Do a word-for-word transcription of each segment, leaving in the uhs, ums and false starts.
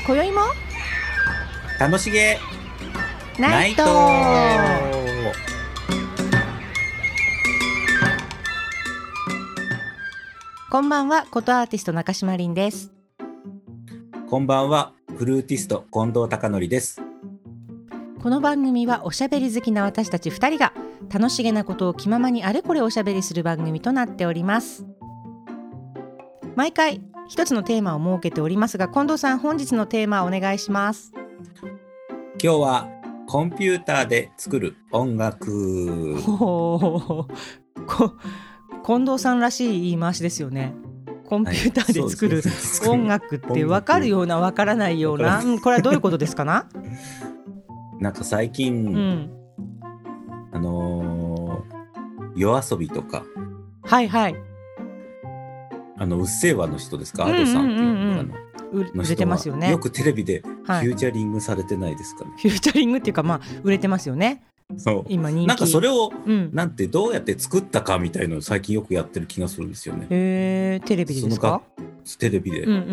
今宵も楽しげナイトこんばんは、ことアーティスト中島凛です。 こんばんは、フルーティスト近藤貴則です。 この番組はおしゃべり好きな私たちふたりが楽しげなことを気ままにあれこれおしゃべりする番組となっております。毎回一つのテーマを設けておりますが、近藤さん、本日のテーマをお願いします。 今日はコンピューターで作る音楽。 ほーこ近藤さんらしい言い回しですよね。コンピューターで作る音楽って分かるような分からないような、うん、これはどういうことですかな。 なんか最近、うん、あのー、夜遊びとか、はいはい、あのうっせぇわの人ですか、 うんうんうんうん、 アドさんっていうの売れてますよね。 よくテレビでフューチャリングされてないですかね、はい、 フューチャリングっていうか、まあ売れてますよね。 そう今人気。 なんかそれを、うん、なんてどうやって作ったかみたいなのを最近よくやってる気がするんですよね。 へー、テレビでですか？ テレビで、 うんうんうん、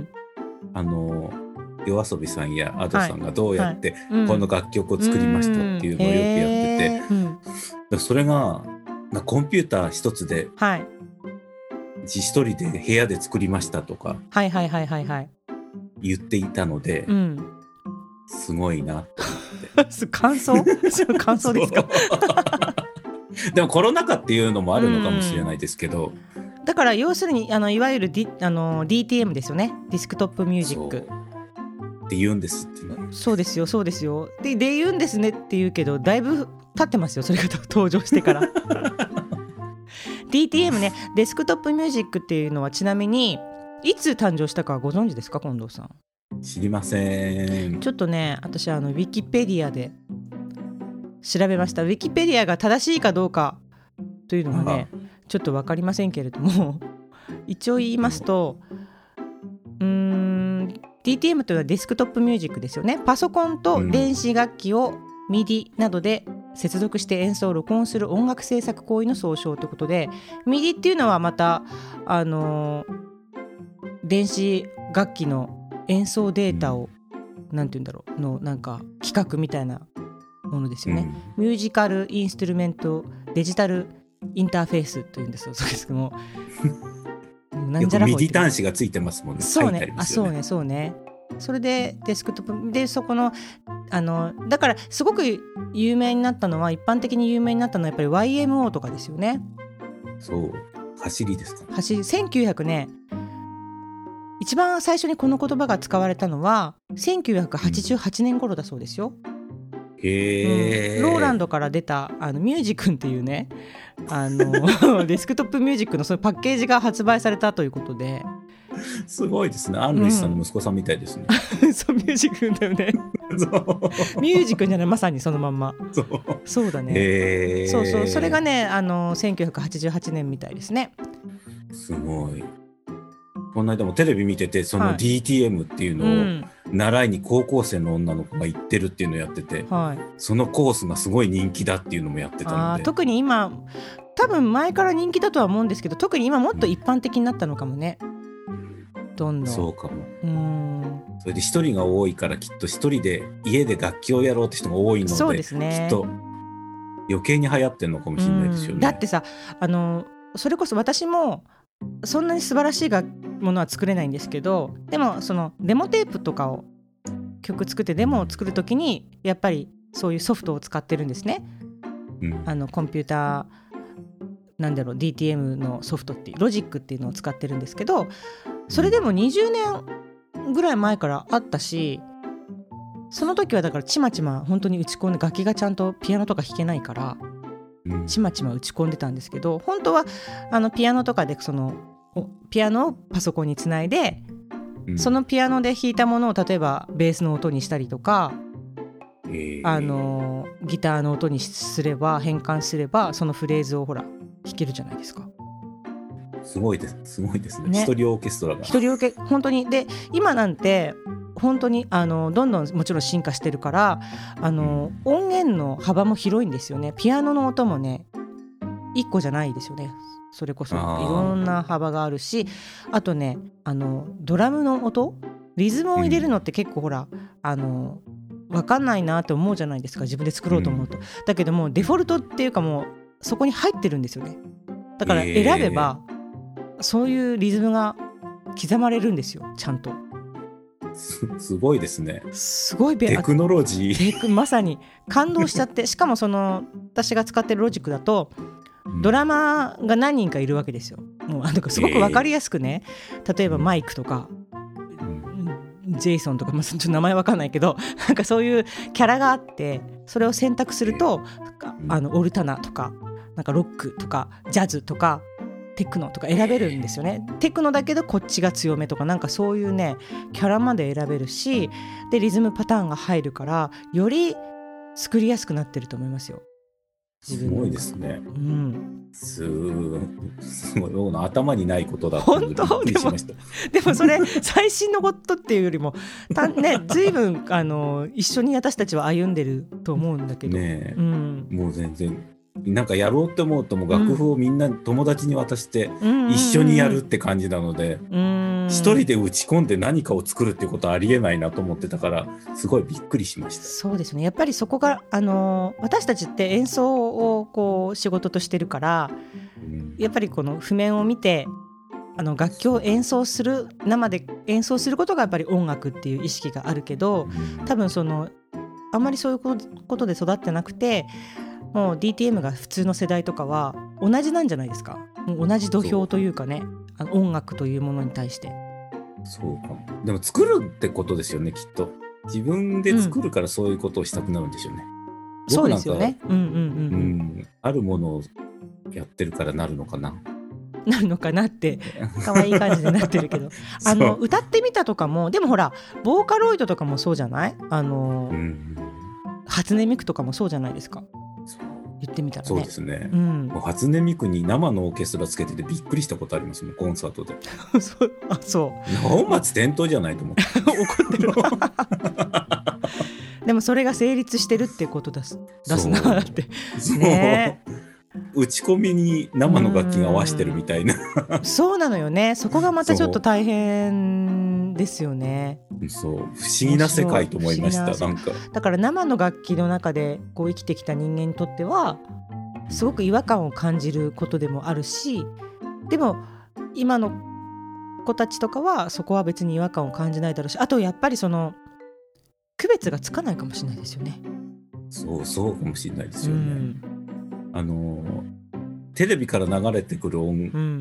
あの夜遊びさんやアドさんがどうやってこの楽曲を作りましたっていうのをよくやってて、うん、それがコンピューター一つで、はい、一人で部屋で作りましたとかはいはいはいはいはい言っていたので、うん、すごいなと思って感想感想ですか？ でもコロナ禍っていうのもあるのかもしれないですけど、 うん、だから要するにあのいわゆる、D、あの ディーティーエム ですよね。ディスクトップミュージックって言うんですってね。 そうですよそうですよ。で、で言うんですねって言うけど、だいぶ経ってますよ、それが登場してから。ディーティーエム ね、デスクトップミュージックっていうのはちなみにいつ誕生したかご存知ですか、近藤さん？ 知りません。 ちょっとね、私あのウィキペディアで調べました。ウィキペディアが正しいかどうかというのはね、ちょっと分かりませんけれども、一応言いますと、うーん ディーティーエム というのはデスクトップミュージックですよね。パソコンと電子楽器を ミディ などで接続して演奏を録音する音楽制作行為の総称ということで、 ミディ っていうのはまたあの電子楽器の演奏データを、うん、なんていうんだろうの、なんか企画みたいなものですよね、うん、ミュージカルインストゥルメントデジタルインターフェースというんですよ。そうですけどもなんじゃらほいってよくミディ端子がついてますもんね。 そうね、あ、そうねそうね。それでデスクトップで、そこのあのだからすごく有名になったのは、一般的に有名になったのはやっぱり ワイエムオー とかですよね。 そう、走りですか、ね、 走りせんきゅうひゃくね、一番最初にこの言葉が使われたのはせんきゅうひゃくはちじゅうはちねん頃だそうですよ。 へー、 うん、ローランドから出たあのミュージ君っていうね、あのデスクトップミュージックのそのパッケージが発売されたということで、 すごいですね。アン・ルイスさんの息子さんみたいですね、 うん、そうミュージ君だよね。そうミュージ君じゃない、まさにそのまんま。そう、そうだね、へー、そうそう、それがね、あのせんきゅうひゃくはちじゅうはちねんみたいですね。 すごい。この間もテレビ見てて、その ディーティーエム っていうのを習いに高校生の女の子が行ってるっていうのをやってて、はい、そのコースがすごい人気だっていうのもやってたので、 あ、特に今多分前から人気だとは思うんですけど、特に今もっと一般的になったのかもね、うん、どんどん。 そうかも。うーん、それで一人が多いから、きっと一人で家で楽器をやろうって人が多いので、そうですね、きっと余計に流行ってるのかもしれないですよね。 だってさ、あのそれこそ私もそんなに素晴らしいものは作れないんですけど、でもそのデモテープとかを曲作ってデモを作るときにやっぱりそういうソフトを使ってるんですね、うん、あのコンピューターなんだろう ディーティーエム のソフトっていうロジックっていうのを使ってるんですけど、それでもにじゅうねんぐらい前からあったし、その時はだからちまちま本当に打ち込んで、楽器がちゃんとピアノとか弾けないからちまちま打ち込んでたんですけど、本当はあのピアノとかでそのピアノをパソコンにつないで、うん、そのピアノで弾いたものを例えばベースの音にしたりとか、えー、あのギターの音にすれば、変換すればそのフレーズをほら弾けるじゃないですか。 すごいです、すごいですね。ね、一人オーケストラが一人オーケ本当に。で今なんて本当にあのどんどんもちろん進化してるから、あの音源の幅も広いんですよね。ピアノの音もねいっこじゃないですよね。それこそいろんな幅があるし、あとね、あのドラムの音リズムを入れるのって結構ほら、うん、あの分かんないなって思うじゃないですか、自分で作ろうと思うと、うん、だけどもデフォルトっていうかもうそこに入ってるんですよね。だから選べば、えー、そういうリズムが刻まれるんですよ、ちゃんと。 す, すごいですね。 すごいテクノロジーまさに感動しちゃってしかもその私が使ってるロジックだとドラマが何人かいるわけですよ。もうなんかすごく分かりやすくね、えー、例えばマイクとか、うん、ジェイソンとか、まあ、ちょっと名前分かんないけどなんかそういうキャラがあって、それを選択すると、えー、あのオルタナとかなんかロックとかジャズとかテクノとか選べるんですよね。テクノだけどこっちが強めとか、なんかそういうねキャラまで選べるし、でリズムパターンが入るからより作りやすくなってると思いますよ。 すごいですね、 うん、 す, すごい僕の頭にないことだったのでびっくりしました。 でもそれ最新のことっていうよりもた、ね、随分あの一緒に私たちは歩んでると思うんだけど、 ねえ、 うん、 もう全然なんかやろうって思うともう楽譜をみんな友達に渡して一緒にやるって感じなので、一人で打ち込んで何かを作るっていうことはありえないなと思ってたからすごいびっくりしました。 そうですね、やっぱりそこがあの私たちって演奏をこう仕事としてるから、うん、やっぱりこの譜面を見てあの楽器を演奏する生で演奏することがやっぱり音楽っていう意識があるけど、うん、多分そのあんまりそういうことで育ってなくて、もう ディーティーエム が普通の世代とかは同じなんじゃないですか。もう同じ土俵というかね、あの音楽というものに対して。 そうかも。でも作るってことですよね、きっと。自分で作るからそういうことをしたくなるんでしょうね、 うん、そうですよね、うんうんうんうん、 あるものをやってるからなるのかななるのかなって可愛い感じでなってるけどあの歌ってみたとかもでもほらボーカロイドとかもそうじゃない、あの、うん、初音ミクとかもそうじゃないですか。言ってみたらね。 そうですね、 うん、 もう初音ミクに生のオーケストラつけててびっくりしたことありますもん、コンサートでそう、あ、そう本末転倒じゃないと思って怒ってるでもそれが成立してるってこと出す出すなってね。 打ち込みに生の楽器が合わせてるみたいなうそうなのよね。そこがまたちょっと大変ですよね。 そう不思議な世界と思いました。なんかだから生の楽器の中でこう生きてきた人間にとってはすごく違和感を感じることでもあるし、でも今の子たちとかはそこは別に違和感を感じないだろうし、あとやっぱりその区別がつかないかもしれないですよね。 そうそうかもしれないですよね、うん、あのテレビから流れてくる音、うん、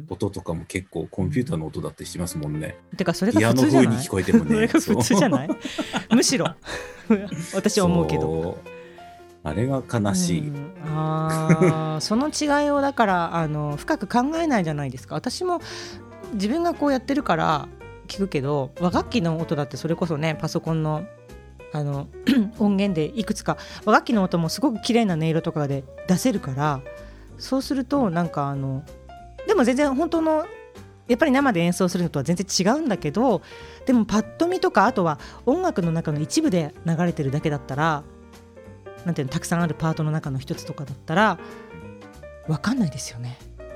音とかも結構コンピューターの音だったりしますもんね。 てかそれが普通じゃない？ピアノ風に聞こえてもねそれが普通じゃないむしろ私は思うけどあれが悲しい、うん、 あその違いをだからあの深く考えないじゃないですか。私も自分がこうやってるから聞くけど、和楽器の音だってそれこそねパソコンのあの音源でいくつか和楽器の音もすごく綺麗な音色とかで出せるから、そうするとなんかあのでも全然本当のやっぱり生で演奏するのとは全然違うんだけど、でもパッと見とかあとは音楽の中の一部で流れてるだけだったら、なんていうの、たくさんあるパートの中の一つとかだったら分かんないですよね。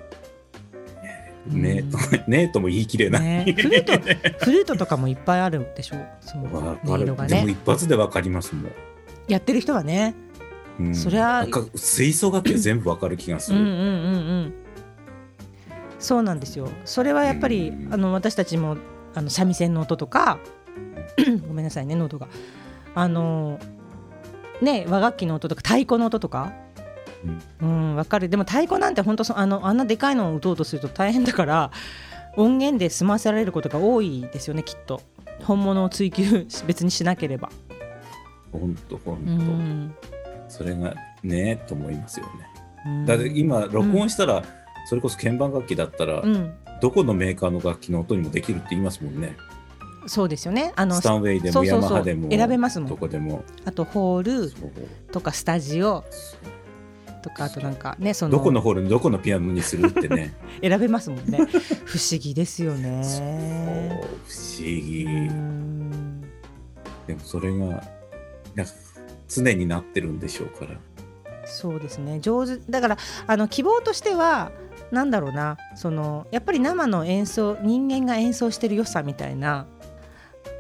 ねえ、ねえとも言い切れない、 ね、フルートフルートとかもいっぱいあるでしょ。その音色がね、 でも一発で分かりますもん、 やってる人はね、うん、そりゃなんか吹奏楽器は全部分かる気がする。うんうんうんうん、 そうなんですよ。それはやっぱり、うん、あの私たちもあの三味線の音とかごめんなさいね喉があのね和楽器の音とか太鼓の音とか、うん、分かる。でも太鼓なんて本当あのあんなでかいのを打とうとすると大変だから音源で済ませられることが多いですよね、きっと。本物を追求別にしなければ。 本当本当、うん、それがねと思いますよね、うん、だって今録音したら、うん、それこそ鍵盤楽器だったら、うん、どこのメーカーの楽器の音にもできるって言いますもんね。 そうですよね。あのスタンウェイでもヤマハでも選べますもん。 どこでも。あとホールとかスタジオとか、あとなんかね、そのどこのホールにどこのピアノにするってね選べますもんね。不思議ですよね。 そう不思議。でもそれがなんか常になってるんでしょうから。 そうですね、上手だからあの希望としてはなんだろうな、そのやっぱり生の演奏、人間が演奏してる良さみたいな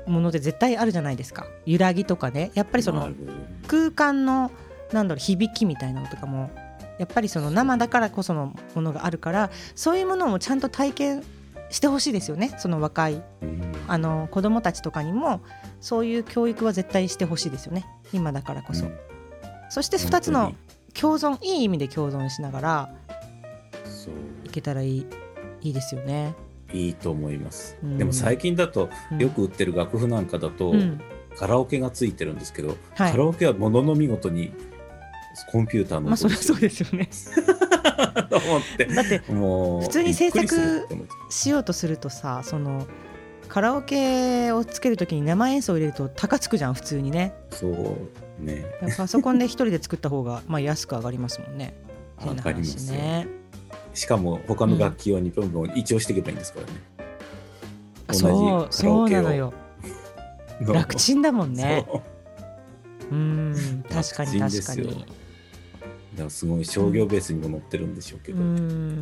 もので絶対あるじゃないですか。揺らぎとかね、やっぱりその空間のなんだろう響きみたいなのとかもやっぱりその生だからこそのものがあるから、そういうものをちゃんと体験してほしいですよね。その若いあの子どもたちとかにもそういう教育は絶対してほしいですよね、今だからこそ、うん、そしてふたつの共存、いい意味で共存しながらいけたらいい、いいですよね。 いいと思います、うん、でも最近だとよく売ってる楽譜なんかだと、うん、カラオケがついてるんですけど、はい、カラオケはものの見事にコンピューターの音ですよ、まあ、そりゃそうですよねと思ってだってもう普通に制作しようとするとさ、そのカラオケをつけるときに生演奏を入れると高つくじゃん普通にね。 そうね、 パソコンで一人で作った方がまあ安く上がりますもんね。 上がりますね。しかも他の楽器用にどんどん一応していけばいいんですからね、 うん、そうそうなのよ楽ちんだもんね。うーん確かに確かに。だからすごい商業ベースにも乗ってるんでしょうけど、うん、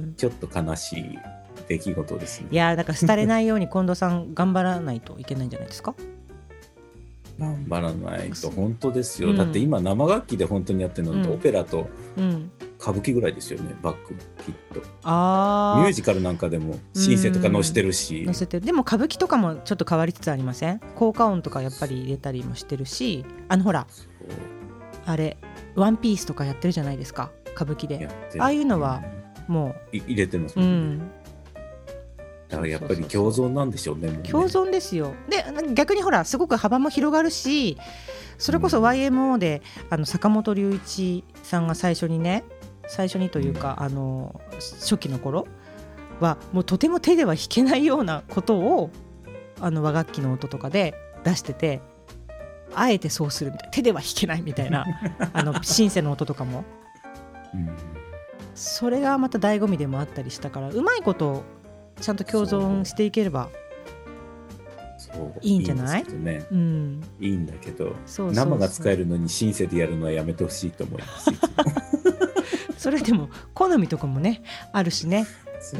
ちょっと悲しい出来事ですね。 いやだから廃れないように近藤さん頑張らないといけないんじゃないですか。 頑張らないと本当ですよ、うん、だって今生楽器で本当にやってるのって、うん、オペラと歌舞伎ぐらいですよね、バックきっと。あミュージカルなんかでもシンセとか載せてるし、 載せてる。でも歌舞伎とかもちょっと変わりつつありません？効果音とかやっぱり入れたりもしてるし、あのほらあれワンピースとかやってるじゃないですか歌舞伎で。ああいうのはもう入れてますもんね、うんだからやっぱり共存なんでしょうね。もうね共存ですよ。で逆にほらすごく幅も広がるし、それこそ ワイエムオー で、うん、あの坂本龍一さんが最初にね最初にというか、うん、あの初期の頃はもうとても手では弾けないようなことをあの和楽器の音とかで出してて、あえてそうするみたいな、手では弾けないみたいなあのシンセの音とかも、うん、それがまた醍醐味でもあったりしたから、うまいことちゃんと共存していければいいんじゃない？いいんですけどね、うん、 いいんだけど、そうそうそう生が使えるのにシンセでやるのはやめてほしいと思いますそれでも好みとかもねあるしね、うん、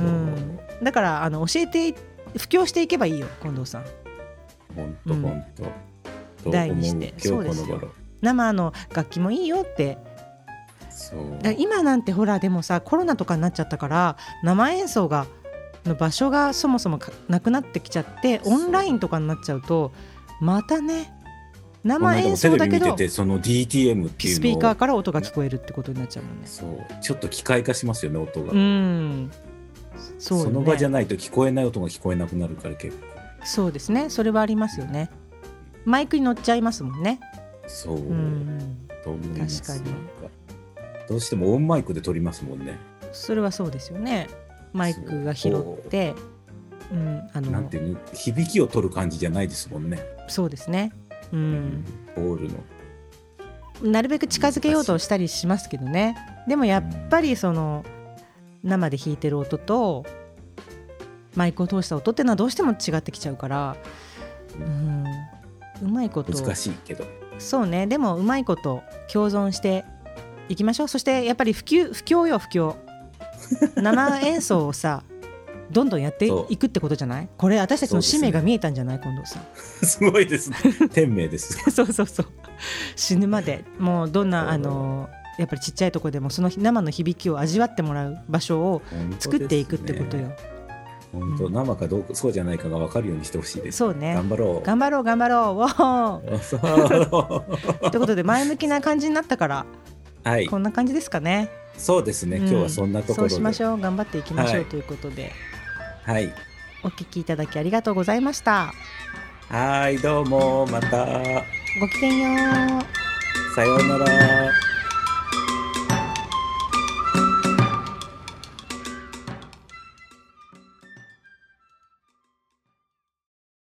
だからあの教えて布教していけばいいよ近藤さん。 本当本当大にしてそうですよ。生の楽器もいいよって。そうだ今なんてほらでもさコロナとかになっちゃったから生演奏がの場所がそもそもなくなってきちゃってオンラインとかになっちゃうとまたね生演奏だけどテレビ見ててその ディーティーエム っていうのスピーカーから音が聞こえるってことになっちゃうもんね。 そうちょっと機械化しますよね音が。 うんそうね、 その場じゃないと聞こえない音が聞こえなくなるから結構そうですねそれはありますよね。マイクに乗っちゃいますもんね。 そう、うん、と思います。確かにどうしてもオンマイクで撮りますもんね。 それはそうですよね。マイクが拾って、 うん、あのなんていうの響きを取る感じじゃないですもんね。 そうですね、うん、 ボールのなるべく近づけようとしたりしますけどね。でもやっぱりその、うん、生で弾いてる音とマイクを通した音っていうのはどうしても違ってきちゃうから、うん、うまいこと難しいけどそうね。でもうまいこと共存していきましょう。そしてやっぱり普及不況よ不況生演奏をさどんどんやっていくってことじゃない？これ私たちの使命が見えたんじゃない？近藤さんすごいですね天命ですそうそうそう死ぬまでもうどんなあのやっぱりちっちゃいところでもその生の響きを味わってもらう場所を作っていくってことよ。 本当、うん、生かどうかそうじゃないかが分かるようにしてほしいです。 そうね頑張ろう頑張ろう頑張ろうということで前向きな感じになったから、はい、こんな感じですかね。 そうですね、うん、今日はそんなところでそうしましょう。頑張っていきましょう、はい、ということで、 はい、 お聞きいただきありがとうございました。 はいどうもまたごきげんよう。 さようなら。